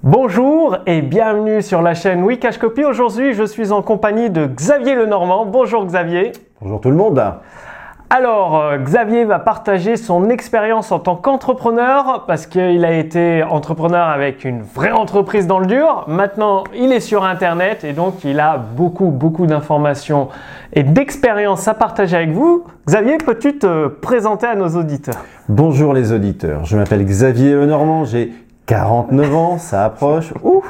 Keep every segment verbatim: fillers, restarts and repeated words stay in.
Bonjour et bienvenue sur la chaîne Wikashcopy. Aujourd'hui, je suis en compagnie de Xavier Lenormand. Bonjour Xavier. Bonjour tout le monde. Alors, euh, Xavier va partager son expérience en tant qu'entrepreneur parce qu'il a été entrepreneur avec une vraie entreprise dans le dur. Maintenant, il est sur Internet et donc il a beaucoup, beaucoup d'informations et d'expériences à partager avec vous. Xavier, peux-tu te présenter à nos auditeurs? Bonjour les auditeurs, je m'appelle Xavier Lenormand, j'ai quarante-neuf ans, ça approche. Ouh.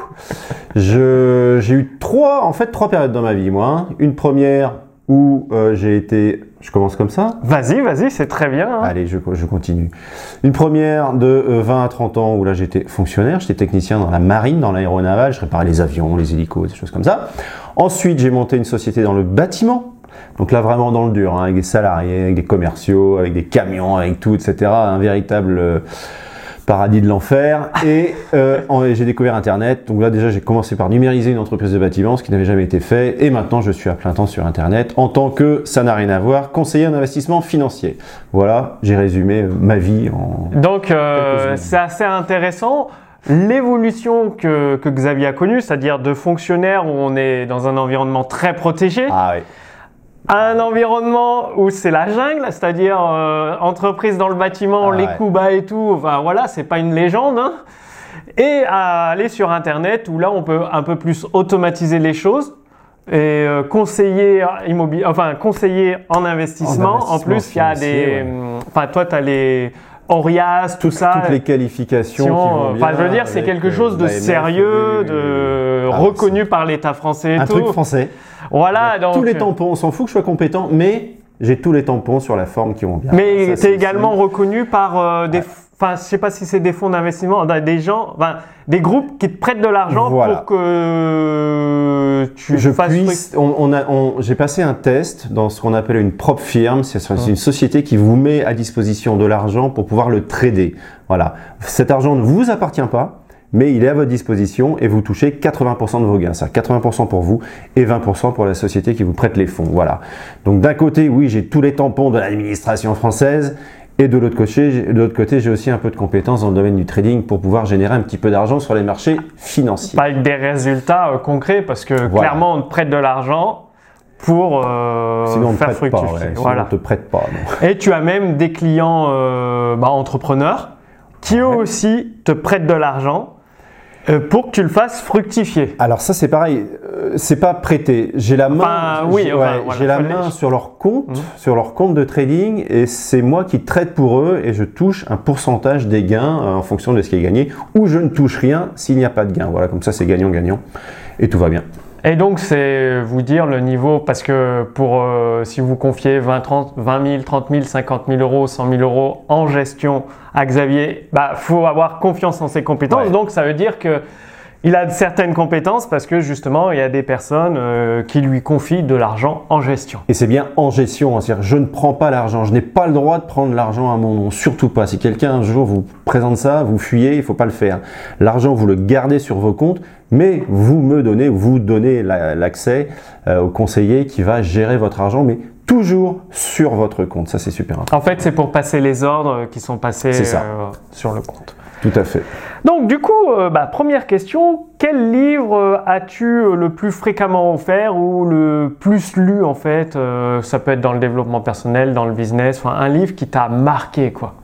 Je, j'ai eu trois, en fait, trois périodes dans ma vie, moi. Hein. Une première où euh, j'ai été, je commence comme ça. Vas-y, vas-y, c'est très bien. Hein. Allez, je, je continue. Une première de euh, vingt à trente ans où là j'étais fonctionnaire, j'étais technicien dans la marine, dans l'aéronaval, je réparais les avions, les hélicos, des choses comme ça. Ensuite, j'ai monté une société dans le bâtiment. Donc là, vraiment dans le dur, hein, avec des salariés, avec des commerciaux, avec des camions, avec tout, et cetera. Un véritable euh, paradis de l'enfer. Et euh, j'ai découvert Internet. Donc là, déjà, j'ai commencé par numériser une entreprise de bâtiment, ce qui n'avait jamais été fait. Et maintenant, je suis à plein temps sur Internet en tant que, ça n'a rien à voir, conseiller en investissement financier. Voilà, j'ai résumé ma vie en... Donc, euh, c'est assez intéressant. L'évolution que, que Xavier a connue, c'est-à-dire de fonctionnaire où on est dans un environnement très protégé, ah, oui. à un environnement où c'est la jungle, c'est-à-dire euh, entreprise dans le bâtiment, ah, les ouais. coups bas et tout, enfin voilà, c'est pas une légende, hein. Et à aller sur Internet où là on peut un peu plus automatiser les choses et euh, conseiller immobilier, enfin conseiller en investissement. En, investissement en plus, il y a des, ouais. Enfin toi tu as les Orias, tout toutes, ça. Toutes les qualifications qui vont bien. Enfin, je veux dire, c'est quelque chose de sérieux, de ah, reconnu par l'État français et un tout. Un truc français. Voilà, donc. Tous les tampons, on s'en fout que je sois compétent, mais j'ai tous les tampons sur la forme qui vont bien. Mais tu es également reconnu par euh, des. Ouais. Enfin, je sais pas si c'est des fonds d'investissement, des gens, enfin, des groupes qui te prêtent de l'argent voilà. pour que tu je fasses. Puisse, on, on a, on, j'ai passé un test dans ce qu'on appelle une propre firme. C'est hum. une société qui vous met à disposition de l'argent pour pouvoir le trader. Voilà. Cet argent ne vous appartient pas, mais il est à votre disposition et vous touchez quatre-vingts pour cent de vos gains. C'est-à-dire quatre-vingts pour cent pour vous et vingt pour cent pour la société qui vous prête les fonds. Voilà. Donc d'un côté, oui, j'ai tous les tampons de l'administration française. Et de l'autre côté, de l'autre côté, j'ai aussi un peu de compétences dans le domaine du trading pour pouvoir générer un petit peu d'argent sur les marchés financiers. Pas avec des résultats euh, concrets, parce que voilà. clairement, on te prête de l'argent pour euh, Sinon, on faire te prête fructifier. Pas, ouais. Sinon, voilà. on te prête pas. Non. Et tu as même des clients euh, bah, entrepreneurs qui eux ouais. aussi te prêtent de l'argent euh, pour que tu le fasses fructifier. Alors ça, c'est pareil. Euh, c'est pas prêté. J'ai la main, enfin, oui, j'ai, enfin, ouais, voilà, j'ai la main sur leur compte, mmh. sur leur compte de trading, et c'est moi qui trade pour eux et je touche un pourcentage des gains euh, en fonction de ce qui est gagné, ou je ne touche rien s'il n'y a pas de gain. Voilà, comme ça, c'est gagnant-gagnant et tout va bien. Et donc, c'est vous dire le niveau, parce que pour euh, si vous confiez vingt, trente, vingt mille, trente mille, cinquante mille euros, cent mille euros en gestion à Xavier, bah, faut avoir confiance en ses compétences. Ouais. Donc, ça veut dire que il a certaines compétences parce que justement, il y a des personnes euh, qui lui confient de l'argent en gestion. Et c'est bien en gestion, hein, c'est-à-dire je ne prends pas l'argent, je n'ai pas le droit de prendre l'argent à mon nom, surtout pas. Si quelqu'un un jour vous présente ça, vous fuyez, il ne faut pas le faire. L'argent, vous le gardez sur vos comptes, mais vous me donnez, vous donnez la, l'accès euh, au conseiller qui va gérer votre argent, mais toujours sur votre compte. Ça, c'est super important. En fait, c'est pour passer les ordres qui sont passés euh, sur le compte. Tout à fait. Donc du coup, euh, bah, première question, quel livre as-tu le plus fréquemment offert ou le plus lu en fait euh, ça peut être dans le développement personnel, dans le business, enfin un livre qui t'a marqué quoi.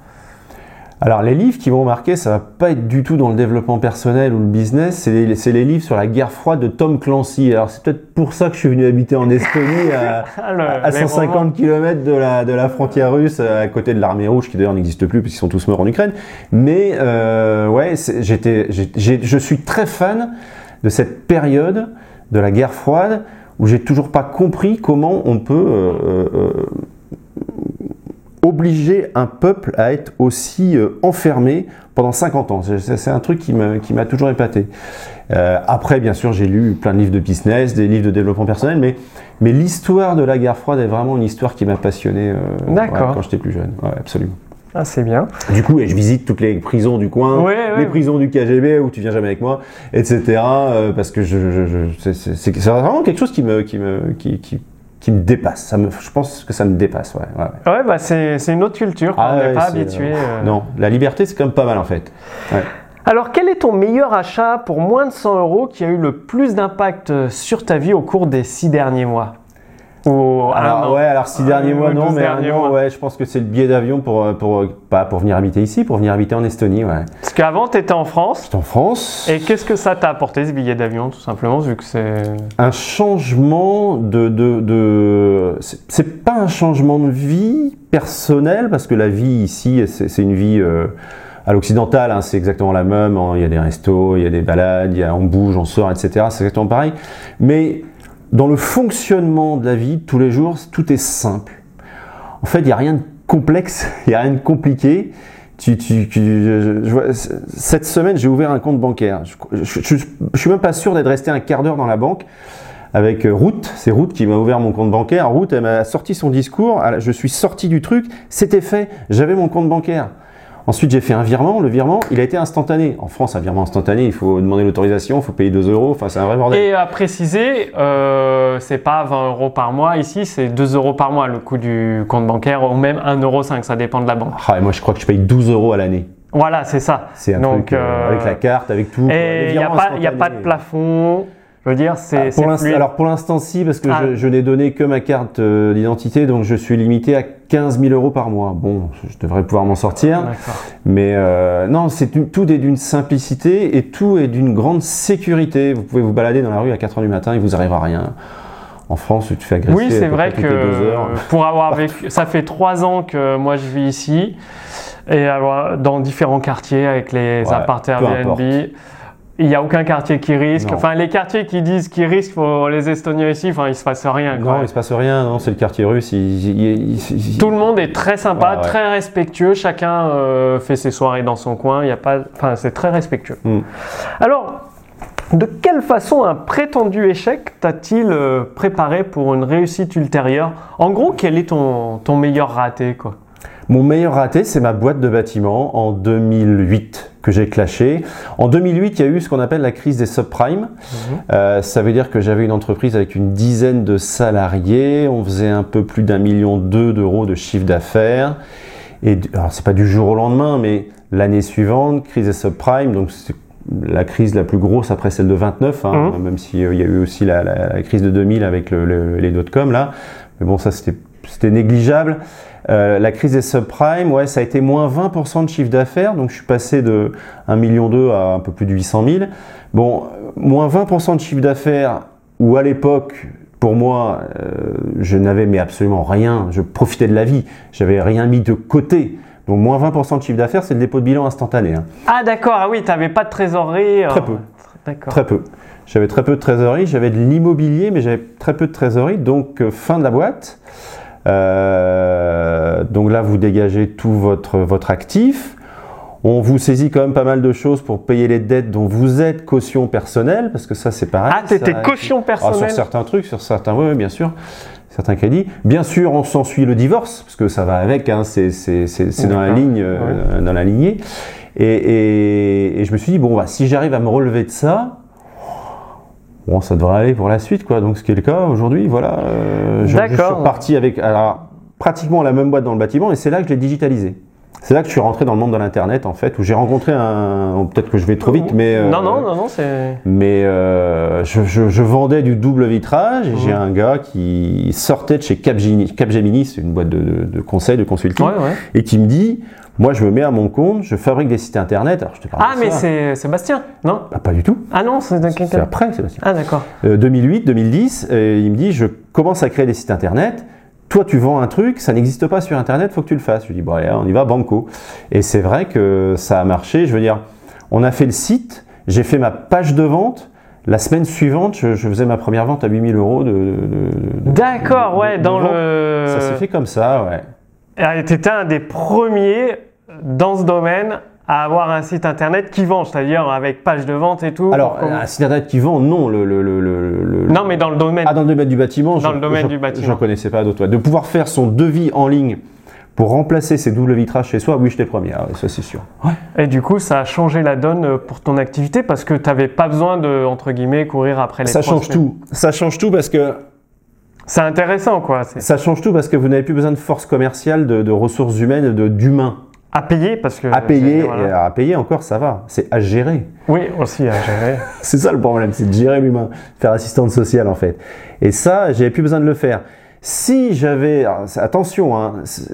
Alors les livres qui m'ont marqué, ça va pas être du tout dans le développement personnel ou le business, c'est les, c'est les livres sur la guerre froide de Tom Clancy. Alors c'est peut-être pour ça que je suis venu habiter en Estonie à, le, à cent cinquante kilomètres de la, de la frontière russe, à côté de l'armée rouge qui d'ailleurs n'existe plus puisqu'ils sont tous morts en Ukraine. Mais euh, ouais, c'est, j'étais, j'ai, j'ai, je suis très fan de cette période de la guerre froide où j'ai toujours pas compris comment on peut euh, euh, obliger un peuple à être aussi euh, enfermé pendant cinquante ans. C'est, c'est un truc qui, me, qui m'a toujours épaté. Euh, après, bien sûr, j'ai lu plein de livres de business, des livres de développement personnel, mais, mais l'histoire de la guerre froide est vraiment une histoire qui m'a passionné euh, ouais, quand j'étais plus jeune. Ouais, absolument. Ah, c'est bien. Du coup, et je visite toutes les prisons du coin, ouais, les ouais. prisons du K G B où tu viens jamais avec moi, et cetera. Euh, parce que je, je, je, c'est, c'est, c'est, c'est vraiment quelque chose qui me, qui me, qui, qui, qui me dépasse. Ça me, je pense que ça me dépasse. Ouais, ouais. ouais bah c'est, c'est une autre culture. Ah, on n'est ouais, pas habitué. Euh, euh... Non, la liberté, c'est quand même pas mal en fait. Ouais. Alors, quel est ton meilleur achat pour moins de cent euros qui a eu le plus d'impact sur ta vie au cours des six derniers mois? Ou alors, ouais, alors six derniers mois, non, mais un an, mois. ouais, je pense que c'est le billet d'avion pour, pour, pas pour venir habiter ici, pour venir habiter en Estonie, ouais. Parce qu'avant, tu étais en France. J'étais en France. Et qu'est-ce que ça t'a apporté, ce billet d'avion, tout simplement, vu que c'est... Un changement de... de, de c'est, c'est pas un changement de vie personnelle, parce que la vie ici, c'est, c'est une vie... Euh, à l'occidental, hein, c'est exactement la même, hein, il y a des restos, il y a des balades, il y a, on bouge, on sort, et cetera. C'est exactement pareil. Mais dans le fonctionnement de la vie, tous les jours, tout est simple. En fait, il n'y a rien de complexe, il n'y a rien de compliqué. Tu, tu, tu, je, je vois, cette semaine, j'ai ouvert un compte bancaire. Je ne suis même pas sûr d'être resté un quart d'heure dans la banque avec Ruth. C'est Ruth qui m'a ouvert mon compte bancaire. Ruth, elle m'a sorti son discours. Je suis sorti du truc, c'était fait, j'avais mon compte bancaire. Ensuite, j'ai fait un virement. Le virement, il a été instantané. En France, un virement instantané, il faut demander l'autorisation, il faut payer deux euros. Enfin, c'est un vrai bordel. Et à préciser, euh, c'est pas vingt euros par mois ici, c'est deux euros par mois le coût du compte bancaire, ou même un euro cinq, ça dépend de la banque. Ah, et moi, je crois que je paye douze euros à l'année. Voilà, c'est ça. C'est un Donc, truc euh, euh, avec la carte, avec tout. Et il n'y a, a pas de plafond. Je veux dire, c'est. Ah, alors pour l'instant, si, parce que ah. je, je n'ai donné que ma carte euh, d'identité, donc je suis limité à quinze mille euros par mois. Bon, je devrais pouvoir m'en sortir. Mais euh, non, c'est tout est d'une simplicité et tout est d'une grande sécurité. Vous pouvez vous balader dans la rue à quatre heures du matin, il vous arrivera rien. En France, tu te fais agresser. Oui, c'est vrai que pour avoir vécu, ça fait trois ans que moi je vis ici et alors, dans différents quartiers avec les ouais, apparts Airbnb. Il n'y a aucun quartier qui risque. Non. Enfin, les quartiers qui disent qu'ils risquent pour les Estoniens ici, enfin, il ne se passe rien. Quoi. Non, il ne se passe rien. Non, c'est le quartier russe. Il, il, il, il... Tout le monde est très sympa, ah, ouais. très respectueux. Chacun euh, fait ses soirées dans son coin. Il y a pas... Enfin, c'est très respectueux. Mm. Alors, de quelle façon un prétendu échec t'a-t-il euh, préparé pour une réussite ultérieure? En gros, quel est ton, ton meilleur raté, quoi? Mon meilleur raté, c'est ma boîte de bâtiment en deux mille huit que j'ai clashé. En deux mille huit, il y a eu ce qu'on appelle la crise des subprimes. Mmh. Euh, ça veut dire que j'avais une entreprise avec une dizaine de salariés. On faisait un peu plus d'un million deux d'euros de chiffre d'affaires. Et alors, c'est pas du jour au lendemain, mais l'année suivante, crise des subprimes. Donc, c'est la crise la plus grosse après celle de vingt-neuf, hein, mmh. même s'il euh, y a eu aussi la, la, la crise de deux mille avec le, le, les dot-com là. Mais bon, ça, c'était, c'était négligeable. Euh, la crise des subprimes, ouais, ça a été moins vingt pour cent de chiffre d'affaires, donc je suis passé de un million deux à un peu plus de huit cent mille. Bon, moins vingt pour cent de chiffre d'affaires, où à l'époque, pour moi, euh, je n'avais mais absolument rien, je profitais de la vie, j'avais rien mis de côté. Donc moins vingt pour cent de chiffre d'affaires, c'est le dépôt de bilan instantané. Hein. Ah d'accord, ah oui, tu n'avais pas de trésorerie. Très peu. D'accord. Très peu. J'avais très peu de trésorerie, j'avais de l'immobilier, mais j'avais très peu de trésorerie, donc euh, fin de la boîte. Euh, donc là, vous dégagez tout votre, votre actif. On vous saisit quand même pas mal de choses pour payer les dettes dont vous êtes caution personnelle, parce que ça, c'est pareil. Ah, t'étais caution personnelle? Ah, sur certains trucs, sur certains, oui, bien sûr. Certains crédits. Bien sûr, on s'ensuit le divorce, parce que ça va avec, hein, c'est, c'est, c'est, c'est dans la ligne, euh, ouais. dans la lignée. Et, et, et je me suis dit, bon, bah, si j'arrive à me relever de ça, bon, ça devrait aller pour la suite, quoi. Donc, ce qui est le cas aujourd'hui, voilà. Euh, je, je suis reparti avec alors, pratiquement la même boîte dans le bâtiment, et c'est là que je l'ai digitalisé. C'est là que je suis rentré dans le monde de l'internet, en fait, où j'ai rencontré un. Peut-être que je vais trop vite, mais. Euh, non, non, non, non, c'est. Mais euh, je, je, je vendais du double vitrage, et mmh. j'ai un gars qui sortait de chez Capgemini, Capgemini, c'est une boîte de, de, de conseil, de consulting, ouais, ouais. et qui me dit. Moi, je me mets à mon compte, je fabrique des sites internet. Alors, je te parle ah, de mais ça. c'est Sébastien, non? Bah, pas du tout. Ah non, c'est quelqu'un. C'est après, Sébastien. Ah, d'accord. Euh, deux mille huit, deux mille dix, euh, il me dit, je commence à créer des sites internet. Toi, tu vends un truc, ça n'existe pas sur internet, faut que tu le fasses. Je lui dis, bon, allez, on y va, banco. Et c'est vrai que ça a marché. Je veux dire, on a fait le site, j'ai fait ma page de vente. La semaine suivante, je, je faisais ma première vente à huit mille euros de. de, de d'accord, de, ouais, de, dans de le. Ça s'est fait comme ça, ouais. Tu étais un des premiers dans ce domaine à avoir un site internet qui vend, c'est-à-dire avec page de vente et tout. Alors, un site internet qui vend, non. Le, le, le, le, non, mais dans le domaine. Ah, dans le domaine du bâtiment. Dans je, le domaine je, du bâtiment. Je ne connaissais pas d'autres. De pouvoir faire son devis en ligne pour remplacer ses doubles vitrages chez soi, oui, j'étais le premier. Ah, ça, c'est sûr. Ouais. Et du coup, ça a changé la donne pour ton activité parce que tu n'avais pas besoin de, entre guillemets, courir après les. Ça change tout. Ça change tout parce que. C'est intéressant, quoi. C'est... Ça change tout parce que vous n'avez plus besoin de force commerciale, de, de ressources humaines, de, d'humains. À payer parce que. À payer, voilà. et à payer encore, ça va. C'est à gérer. Oui, aussi à gérer. C'est ça le problème, c'est de gérer l'humain, faire assistante sociale en fait. Et ça, j'avais plus besoin de le faire. Si j'avais, attention, hein,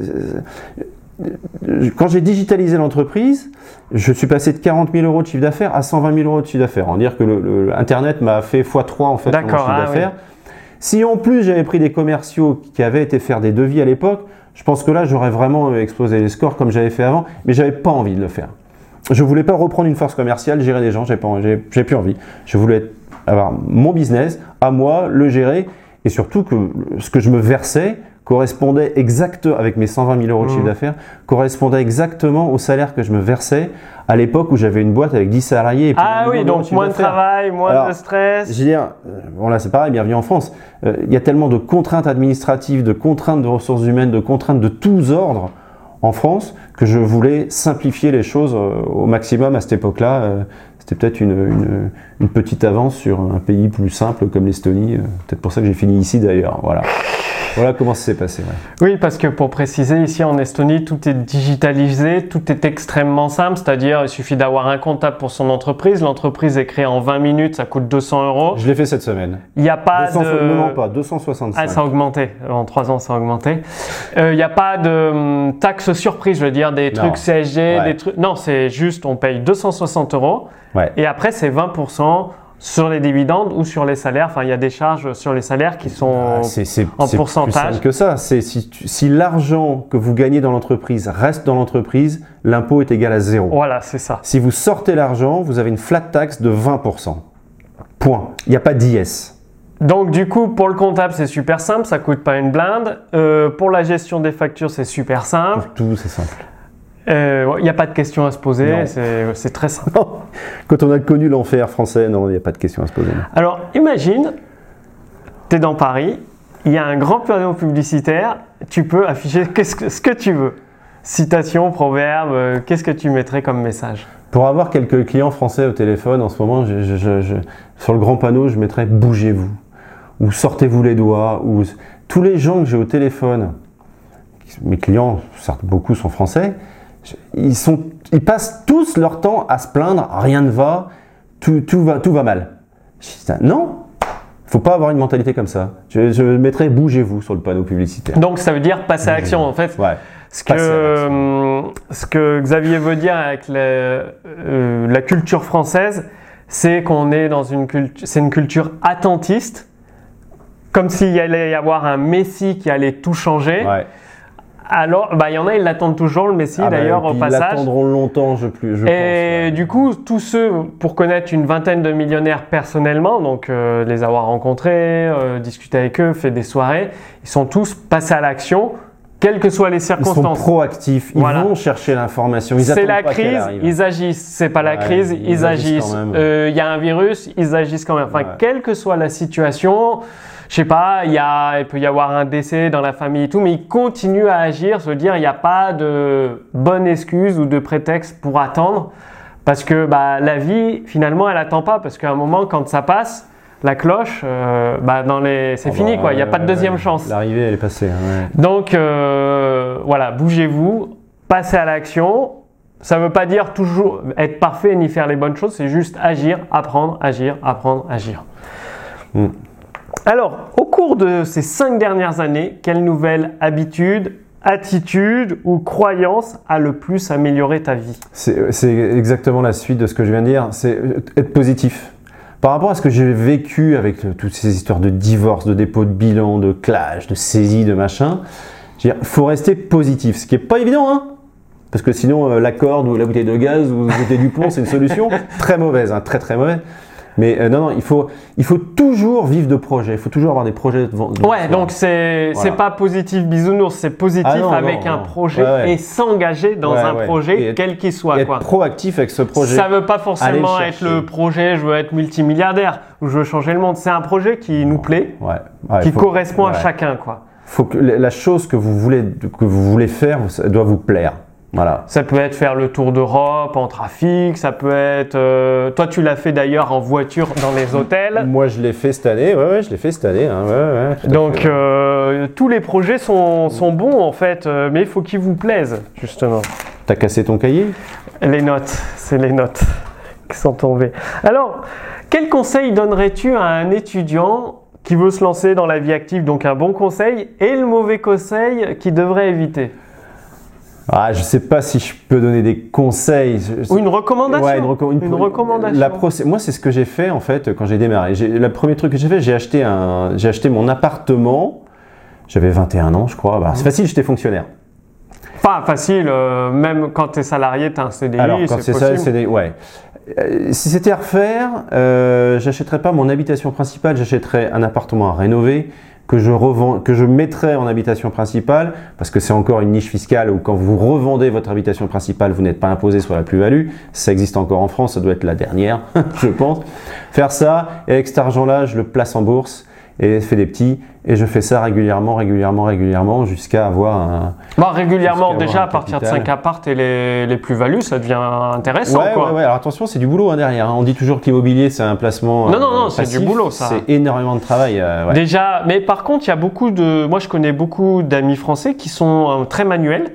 quand j'ai digitalisé l'entreprise, je suis passé de quarante mille euros de chiffre d'affaires à cent vingt mille euros de chiffre d'affaires. On dire que le, le Internet m'a fait fois trois en fait mon chiffre ah, d'affaires. Oui. Si en plus j'avais pris des commerciaux qui avaient été faire des devis à l'époque, je pense que là j'aurais vraiment explosé les scores comme j'avais fait avant, mais j'avais pas envie de le faire. Je voulais pas reprendre une force commerciale, gérer des gens, j'ai pas, j'ai, j'ai plus envie. Je voulais avoir mon business à moi, le gérer, et surtout que ce que je me versais correspondait exactement, avec mes cent vingt mille euros de chiffre mmh. d'affaires, correspondait exactement au salaire que je me versais à l'époque où j'avais une boîte avec dix salariés. Et ah oui, donc moins de travail, moins Alors, de stress. Je veux dire, bon là c'est pareil, bienvenue en France. Euh, il y a tellement de contraintes administratives, de contraintes de ressources humaines, de contraintes de tous ordres en France que je voulais simplifier les choses euh, au maximum à cette époque-là. Euh, C'était peut-être une, une, une petite avance sur un pays plus simple comme l'Estonie. Euh, peut-être pour ça que j'ai fini ici d'ailleurs. Voilà. Voilà comment ça s'est passé. Ouais. Oui, parce que pour préciser, ici en Estonie, tout est digitalisé, tout est extrêmement simple, c'est-à-dire il suffit d'avoir un comptable pour son entreprise. L'entreprise est créée en vingt minutes, ça coûte deux cents euros. Je l'ai fait cette semaine. Il n'y a pas deux cents, de... Non, non, pas, deux cent soixante-cinq. Ah, ça a augmenté. En trois ans, ça a augmenté. Euh, Il n'y a pas de hum, taxe surprise, je veux dire, des trucs non. C S G, ouais. des trucs... Non, c'est juste, on paye deux cent soixante euros ouais. et après, c'est vingt pour cent sur les dividendes ou sur les salaires. Enfin, il y a des charges sur les salaires qui sont ah, c'est, c'est, en c'est pourcentage. C'est plus simple que ça. C'est si, tu, si l'argent que vous gagnez dans l'entreprise reste dans l'entreprise, l'impôt est égal à zéro. Voilà, c'est ça. Si vous sortez l'argent, vous avez une flat tax de vingt pour cent. Point. Il n'y a pas d'I S. Donc du coup, pour le comptable, c'est super simple, ça coûte pas une blinde. Euh, pour la gestion des factures, c'est super simple. Pour tout, c'est simple. Il euh, n'y a pas de questions à se poser, c'est, c'est très simple. Non. Quand on a connu l'enfer français, non, il n'y a pas de questions à se poser. Alors, imagine, tu es dans Paris, il y a un grand panneau publicitaire, tu peux afficher qu'est-ce que, ce que tu veux. Citation, proverbe, euh, qu'est-ce que tu mettrais comme message? Pour avoir quelques clients français au téléphone, en ce moment, je, je, je, je, sur le grand panneau, je mettrais « bougez-vous » ou « sortez-vous les doigts » ou tous les gens que j'ai au téléphone, mes clients, certes beaucoup sont français, Ils, sont, ils passent tous leur temps à se plaindre, rien ne va, tout, tout, va, tout va mal. Je dis, non, il ne faut pas avoir une mentalité comme ça. Je, je mettrais bougez-vous sur le panneau publicitaire. Donc ça veut dire passer à l'action en fait. Ouais. Ce que, euh, ce que Xavier veut dire avec la, euh, la culture française, c'est qu'on est dans une culture, c'est une culture attentiste, comme s'il allait y avoir un messie qui allait tout changer. Ouais. Alors, bah, il y en a, ils l'attendent toujours, le Messie, ah d'ailleurs, bah, au passage. Ils l'attendront longtemps, je, plus, je et pense. Et ouais. du coup, tous ceux, pour connaître une vingtaine de millionnaires personnellement, donc euh, les avoir rencontrés, euh, discuter avec eux, fait des soirées, ils sont tous passés à l'action, quelles que soient les circonstances. Ils sont proactifs, ils voilà. vont chercher l'information, ils C'est attendent la pas crise, ils agissent. C'est pas ouais, la crise, ils, ils agissent. Il euh, y a un virus, ils agissent quand même. Enfin, ouais. quelle que soit la situation... Je sais pas, il, y a, il peut y avoir un décès dans la famille et tout, mais il continue à agir, se dire il n'y a pas de bonne excuse ou de prétexte pour attendre, parce que bah, la vie, finalement, elle n'attend pas, parce qu'à un moment, quand ça passe, la cloche, euh, bah, dans les... c'est oh fini, bah, quoi. Il n'y a pas de deuxième ouais, chance. L'arrivée, elle est passée. Hein, ouais. Donc, euh, voilà, bougez-vous, passez à l'action. Ça ne veut pas dire toujours être parfait ni faire les bonnes choses, c'est juste agir, apprendre, agir, apprendre, agir. Mm. Alors, au cours de ces cinq dernières années, quelle nouvelle habitude, attitude ou croyance a le plus amélioré ta vie? C'est, c'est exactement la suite de ce que je viens de dire, c'est être positif. Par rapport à ce que j'ai vécu avec le, toutes ces histoires de divorce, de dépôt de bilan, de clash, de saisie, de machin, il faut rester positif, ce qui n'est pas évident, hein, parce que sinon euh, la corde ou la bouteille de gaz ou la bouteille du plomb, c'est une solution très mauvaise, hein, très très mauvaise. Mais euh, non, non, il faut, il faut toujours vivre de projets. Il faut toujours avoir des projets devant. devant ouais, donc c'est, voilà. c'est pas positif bisounours, c'est positif ah non, avec non, un non. projet ouais, ouais. et s'engager dans ouais, un ouais. projet, et quel qu'il soit. Et quoi. Être proactif avec ce projet. Ça veut pas forcément être le projet, je veux être multimilliardaire ou je veux changer le monde. C'est un projet qui nous plaît, ouais. Ouais, qui faut, correspond ouais. à chacun, quoi. Faut que la chose que vous voulez, que vous voulez faire, ça doit vous plaire. Voilà. Ça peut être faire le tour d'Europe en trafic, ça peut être... Euh, toi, tu l'as fait d'ailleurs en voiture dans les hôtels. Moi, je l'ai fait cette année, ouais, ouais je l'ai fait cette année. Hein, ouais, ouais, Donc, euh, tous les projets sont, sont bons en fait, mais il faut qu'ils vous plaisent, justement. T'as cassé ton cahier? Les notes, c'est les notes qui sont tombées. Alors, quel conseil donnerais-tu à un étudiant qui veut se lancer dans la vie active? Donc un bon conseil et le mauvais conseil qu'il devrait éviter. Ah, je sais pas si je peux donner des conseils. Ou une recommandation. Ouais, une, reco une, une recommandation. La Moi, c'est ce que j'ai fait en fait quand j'ai démarré. Le premier truc que j'ai fait, j'ai acheté, un... j'ai acheté mon appartement. J'avais vingt et un ans, je crois. Bah, c'est facile, j'étais fonctionnaire. Pas facile, euh, même quand tu es salarié, tu as un C D I. Alors, quand c'est ça, C D I, ouais. Euh, si c'était à refaire, euh, j'achèterais pas mon habitation principale, j'achèterais un appartement à rénover que je revends, que je mettrais en habitation principale, parce que c'est encore une niche fiscale où quand vous revendez votre habitation principale, vous n'êtes pas imposé sur la plus-value. Ça existe encore en France, ça doit être la dernière, je pense. Faire ça, et avec cet argent-là, je le place en bourse et je fais des petits, et je fais ça régulièrement, régulièrement, régulièrement, jusqu'à avoir un... Bon, régulièrement, déjà, à partir de cinq appartes et les, les plus-values, ça devient intéressant, ouais, quoi. Ouais, ouais, alors attention, c'est du boulot hein, derrière. Hein. On dit toujours que l'immobilier, c'est un placement Non, non, non, euh, c'est du boulot, ça. C'est énormément de travail. Euh, ouais. Déjà, mais par contre, il y a beaucoup de... Moi, je connais beaucoup d'amis français qui sont euh, très manuels.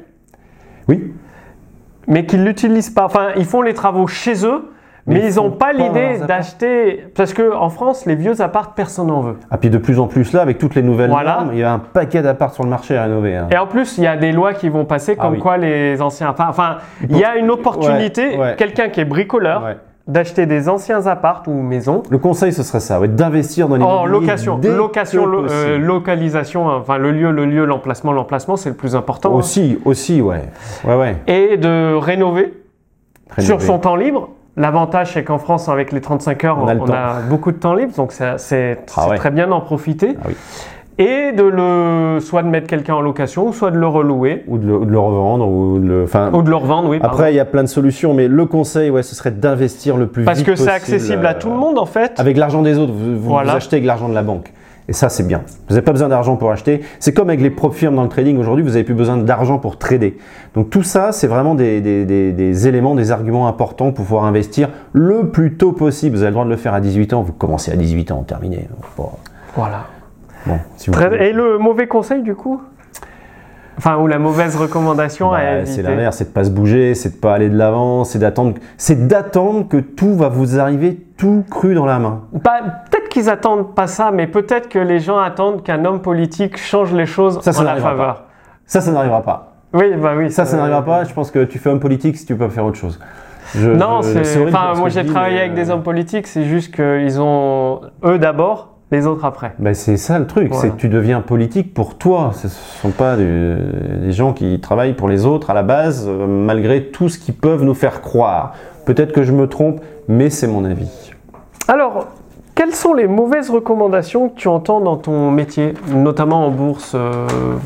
Oui. Mais qui ne l'utilisent pas. Enfin, ils font les travaux chez eux, mais, mais ils n'ont pas l'idée d'acheter, parce qu'en France, les vieux apparts, personne n'en veut. Ah, puis de plus en plus là, avec toutes les nouvelles voilà. normes, il y a un paquet d'apparts sur le marché à rénover. Hein. Et en plus, il y a des lois qui vont passer comme ah, oui. quoi les anciens apparts. Enfin, il y a une opportunité, ouais, ouais. quelqu'un qui est bricoleur, ouais. d'acheter des anciens apparts ou maisons. Le conseil, ce serait ça, ouais, d'investir dans l'immobilier. En location, location, lo, euh, localisation, enfin le lieu, le lieu, l'emplacement, l'emplacement, c'est le plus important. Aussi, hein. aussi, ouais. ouais, ouais. Et de rénover, rénover. sur son temps libre. L'avantage, c'est qu'en France, avec les trente-cinq heures, on a, on a beaucoup de temps libre, donc c'est ah ouais. très bien d'en profiter. Ah oui. Et de le, soit de mettre quelqu'un en location, soit de le relouer. Ou de le, de le revendre. Ou de le, enfin, ou de le revendre, oui. Après, il y a plein de solutions, mais le conseil, ouais, ce serait d'investir le plus Parce vite que possible. Parce que c'est accessible à tout le monde, en fait. Avec l'argent des autres, vous, vous, voilà. vous achetez avec l'argent de la banque. Et ça, c'est bien. Vous n'avez pas besoin d'argent pour acheter. C'est comme avec les propres firmes dans le trading. Aujourd'hui, vous n'avez plus besoin d'argent pour trader. Donc tout ça, c'est vraiment des, des, des, des éléments, des arguments importants pour pouvoir investir le plus tôt possible. Vous avez le droit de le faire à dix-huit ans. Vous commencez à dix-huit ans, terminé. Bon. Voilà. Bon, si vous Très, et le mauvais conseil, du coup? Enfin, ou la mauvaise recommandation bah, à éviter? C'est l'inverse, c'est de ne pas se bouger, c'est de ne pas aller de l'avant, c'est d'attendre d'attendre que tout va vous arriver tout cru dans la main. Bah, peut-être qu'ils attendent pas ça, mais peut-être que les gens attendent qu'un homme politique change les choses ça, ça en la faveur. Pas. Ça, ça n'arrivera pas. Oui, bah oui. Ça, ça euh... n'arrivera pas. Je pense que tu fais homme politique si tu peux faire autre chose. Je, non, c'est. Enfin, moi j'ai travaillé mais... avec des hommes politiques, c'est juste qu'ils ont eux d'abord. Les autres après. Ben c'est ça le truc, voilà. c'est que tu deviens politique pour toi. Ce ne sont pas des, des gens qui travaillent pour les autres à la base, euh, malgré tout ce qu'ils peuvent nous faire croire. Peut-être que je me trompe, mais c'est mon avis. Alors, quelles sont les mauvaises recommandations que tu entends dans ton métier, notamment en bourse, euh,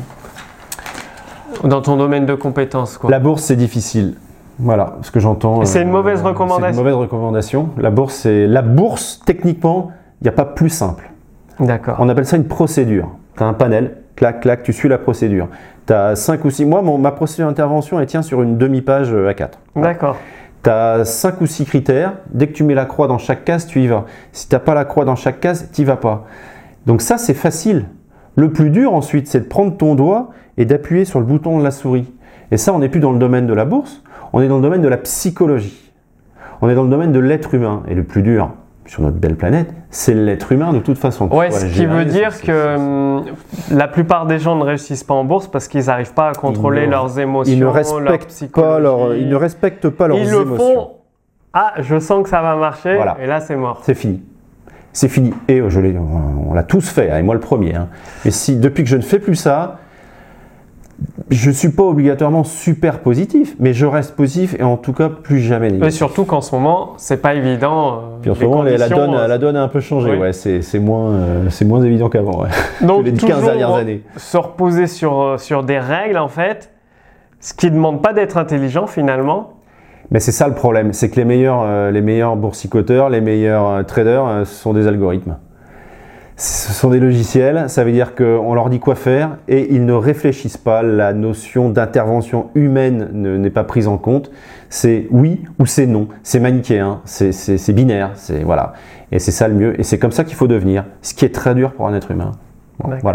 dans ton domaine de compétences, quoi? La bourse, c'est difficile. Voilà ce que j'entends. C'est une mauvaise euh, recommandation. C'est une mauvaise recommandation. La bourse, c'est la bourse techniquement, il n'y a pas plus simple. D'accord. On appelle ça une procédure. Tu as un panel, clac, clac, tu suis la procédure. Tu as cinq ou six. Moi, mon, ma procédure d'intervention, elle tient sur une demi-page A quatre. D'accord. Tu as cinq ou six critères. Dès que tu mets la croix dans chaque case, tu y vas. Si tu n'as pas la croix dans chaque case, tu n'y vas pas. Donc, ça, c'est facile. Le plus dur ensuite, c'est de prendre ton doigt et d'appuyer sur le bouton de la souris. Et ça, on n'est plus dans le domaine de la bourse, on est dans le domaine de la psychologie. On est dans le domaine de l'être humain. Et le plus dur, sur notre belle planète, c'est l'être humain de toute façon. Ouais, ce qui veut dire que la plupart des gens ne réussissent pas en bourse parce qu'ils n'arrivent pas à contrôler ils leurs émotions, ils ne respectent pas leur, ils ne respectent pas leurs ils émotions. Le font, ah, je sens que ça va marcher, voilà. Et là c'est mort. C'est fini. C'est fini. Et je l'ai, on l'a tous fait, hein, et moi le premier. Hein. Et si depuis que je ne fais plus ça, je ne suis pas obligatoirement super positif, mais je reste positif et en tout cas plus jamais négatif. Et surtout qu'en ce moment, c'est pas évident. Euh, Puis en ce moment, la donne, la donne a un peu changé. Oui. Ouais, c'est moins, euh, c'est moins évident qu'avant. Ouais. Donc que les toujours quinze dernières années. Se reposer sur, sur des règles en fait, ce qui ne demande pas d'être intelligent finalement. Mais c'est ça le problème, c'est que les meilleurs, euh, les meilleurs boursicoteurs, les meilleurs euh, traders, euh, ce sont des algorithmes. Ce sont des logiciels, ça veut dire qu'on leur dit quoi faire et ils ne réfléchissent pas. La notion d'intervention humaine n'est pas prise en compte. C'est oui ou c'est non. C'est manichéen, c'est binaire, c'est voilà. Et c'est ça le mieux. Et c'est comme ça qu'il faut devenir, ce qui est très dur pour un être humain. Bon, voilà.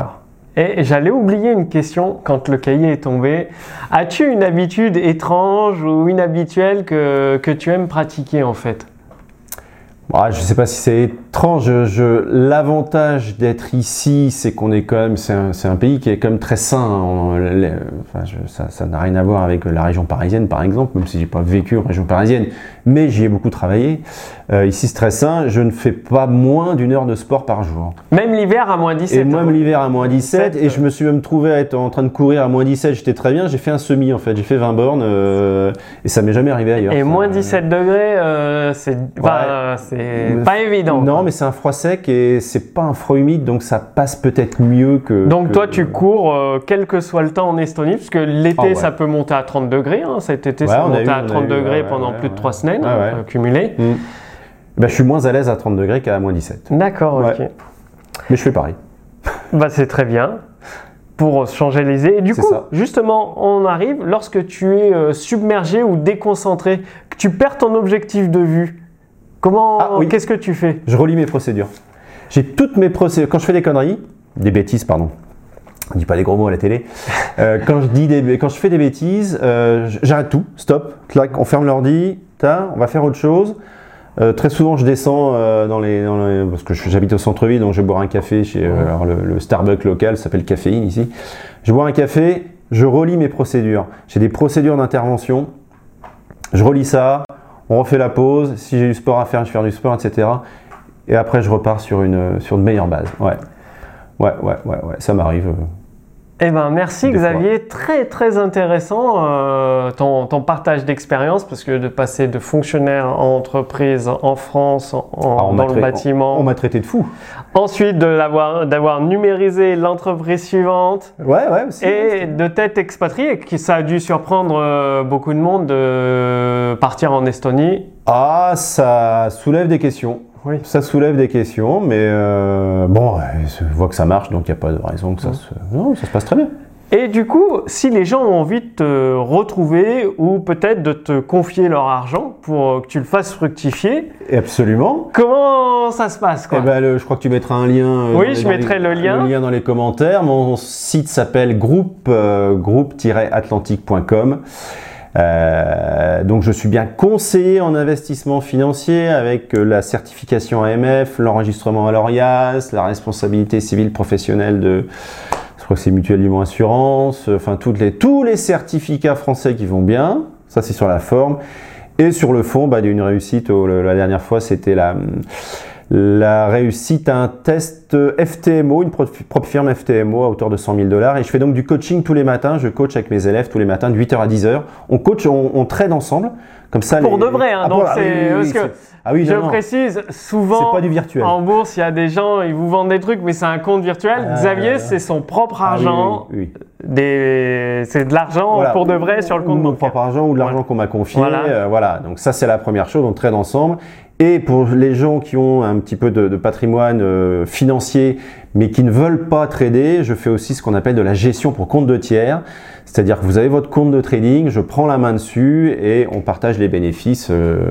Et j'allais oublier une question quand le cahier est tombé. As-tu une habitude étrange ou inhabituelle que, que tu aimes pratiquer en fait? Ah, je ne sais pas si c'est étrange. Je, je, L'avantage d'être ici, c'est qu'on est quand même, c'est un, c'est un pays qui est quand même très sain. On, les, enfin, je, ça, ça n'a rien à voir avec la région parisienne, par exemple, même si j'ai pas vécu en région parisienne, mais j'y ai beaucoup travaillé. Euh, ici, c'est très sain. Je ne fais pas moins d'une heure de sport par jour. Même l'hiver à moins dix-sept. Et même l'hiver à moins dix-sept. Et je me suis même trouvé à être en train de courir à moins dix-sept. J'étais très bien. J'ai fait un semi en fait. J'ai fait vingt bornes euh, et ça m'est jamais arrivé ailleurs. Et ça, moins dix-sept degrés, euh, c'est enfin, ouais. pas évident. Non, quoi. mais c'est un froid sec et c'est pas un froid humide, donc ça passe peut-être mieux que. Donc que... toi, tu cours euh, quel que soit le temps en Estonie, parce que l'été, Ah ouais. ça peut monter à trente degrés. Hein. Cet été, Ouais, ça on a monte eu, à on a trente eu, degrés ouais, pendant ouais, plus ouais, de trois ouais. semaines Ouais, ouais. euh, cumulées. Mmh. Ben, je suis moins à l'aise à trente degrés qu'à moins dix-sept. D'accord, Ouais. ok. Mais je fais pareil. Bah, c'est très bien pour changer les idées. Et du C'est coup, ça. justement, on arrive lorsque tu es euh, submergé ou déconcentré, que tu perds ton objectif de vue. Comment, Ah, oui. qu'est-ce que tu fais? Je relis mes procédures. J'ai toutes mes procédures. Quand je fais des conneries, des bêtises, pardon. On dit pas des gros mots à la télé. Euh, quand je dis des, quand je fais des bêtises, euh, j'arrête tout. Stop. Clac. On ferme l'ordi. On va faire autre chose. Euh, très souvent, je descends euh, dans, les, dans les, parce que j'habite au centre-ville, donc je vais boire un café chez euh, alors le, le Starbucks local, ça s'appelle Caféine ici. Je bois un café, je relis mes procédures. J'ai des procédures d'intervention. Je relis ça, on refait la pause. Si j'ai du sport à faire, je fais du sport, et cetera. Et après, je repars sur une, sur une meilleure base. Ouais, ouais, ouais, ouais, ouais. Ça m'arrive. Eh ben, merci Des Xavier, fois. très très intéressant euh, ton, ton partage d'expérience, parce que de passer de fonctionnaire en entreprise en France, en, Ah, on dans le trai- bâtiment, On, on m'a traité de fou. ensuite de l'avoir, d'avoir numérisé l'entreprise suivante, Ouais, ouais, aussi. et ouais, de t'être expatrié, qui ça a dû surprendre euh, beaucoup de monde de partir en Estonie. Ah, ça soulève des questions. Oui. Ça soulève des questions, mais euh, bon, je vois que ça marche, donc il n'y a pas de raison que ça Ouais. se... Non, ça se passe très bien. Et du coup, si les gens ont envie de te retrouver ou peut-être de te confier leur argent pour que tu le fasses fructifier, Et absolument. comment ça se passe quoi? Eh ben, le- je crois que tu mettras un lien. euh, Oui, dans les- je dans mettrai les- le lien. Le lien dans les commentaires. Mon site s'appelle groupe, euh, groupe tiret atlantique point com. Euh, donc je suis bien conseiller en investissement financier avec euh, la certification A M F, l'enregistrement à l'ORIAS, la responsabilité civile professionnelle de, je crois que c'est Mutuelle du Mont Assurance, euh, enfin toutes les, tous les certificats français qui vont bien. Ça c'est sur la forme. Et sur le fond, bah, il y a une réussite. Oh, le- la dernière fois, c'était la, la réussite à un test F T M O, une pro- propre firme F T M O à hauteur de cent mille dollars. Et je fais donc du coaching tous les matins. Je coach avec mes élèves tous les matins de huit heures à dix heures. On coach, on, on trade ensemble. Comme ça, Pour les- de vrai, hein, Ah, donc voilà, c'est- oui, oui, oui, parce que c'est- ah oui, Je non, non. précise, souvent C'est pas du virtuel. en bourse, il y a des gens, ils vous vendent des trucs, mais c'est un compte virtuel. Ah, Xavier, ouais. c'est son propre Ah oui, argent, oui, oui. des... c'est de l'argent Voilà. pour de vrai sur le Ou compte mon bancaire. propre argent ou de l'argent Voilà. qu'on m'a confié. Voilà. Euh, voilà. Donc ça c'est la première chose. On trade ensemble. Et pour les gens qui ont un petit peu de, de patrimoine euh, financier mais qui ne veulent pas trader, je fais aussi ce qu'on appelle de la gestion pour compte de tiers. C'est-à-dire que vous avez votre compte de trading, je prends la main dessus et on partage les bénéfices euh,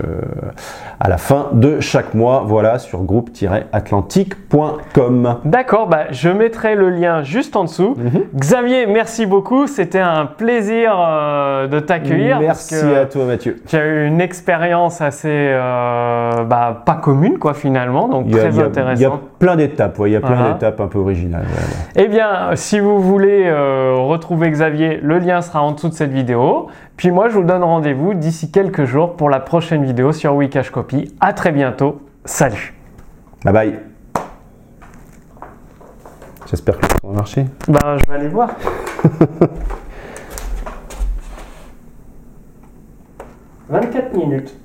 à la fin de chaque mois. Voilà, sur groupe tiret atlantique point com. D'accord, bah, je mettrai le lien juste en dessous. Mhm. Xavier, merci beaucoup. C'était un plaisir euh, de t'accueillir. Merci parce que à toi Mathieu. tu as eu une expérience assez euh, bah, pas commune quoi finalement, donc Il y a, très il y a- intéressant. il y a plein d'étapes, ouais, il y a plein Voilà. d'étapes un peu originales. ouais, ouais. Eh bien, si vous voulez euh, retrouver Xavier, le lien sera en dessous de cette vidéo. Puis moi, je vous donne rendez-vous d'ici quelques jours pour la prochaine vidéo sur Wikash Copy. À très bientôt. Salut. Bye bye. J'espère que ça va marcher. Ben, je vais aller voir. vingt-quatre minutes.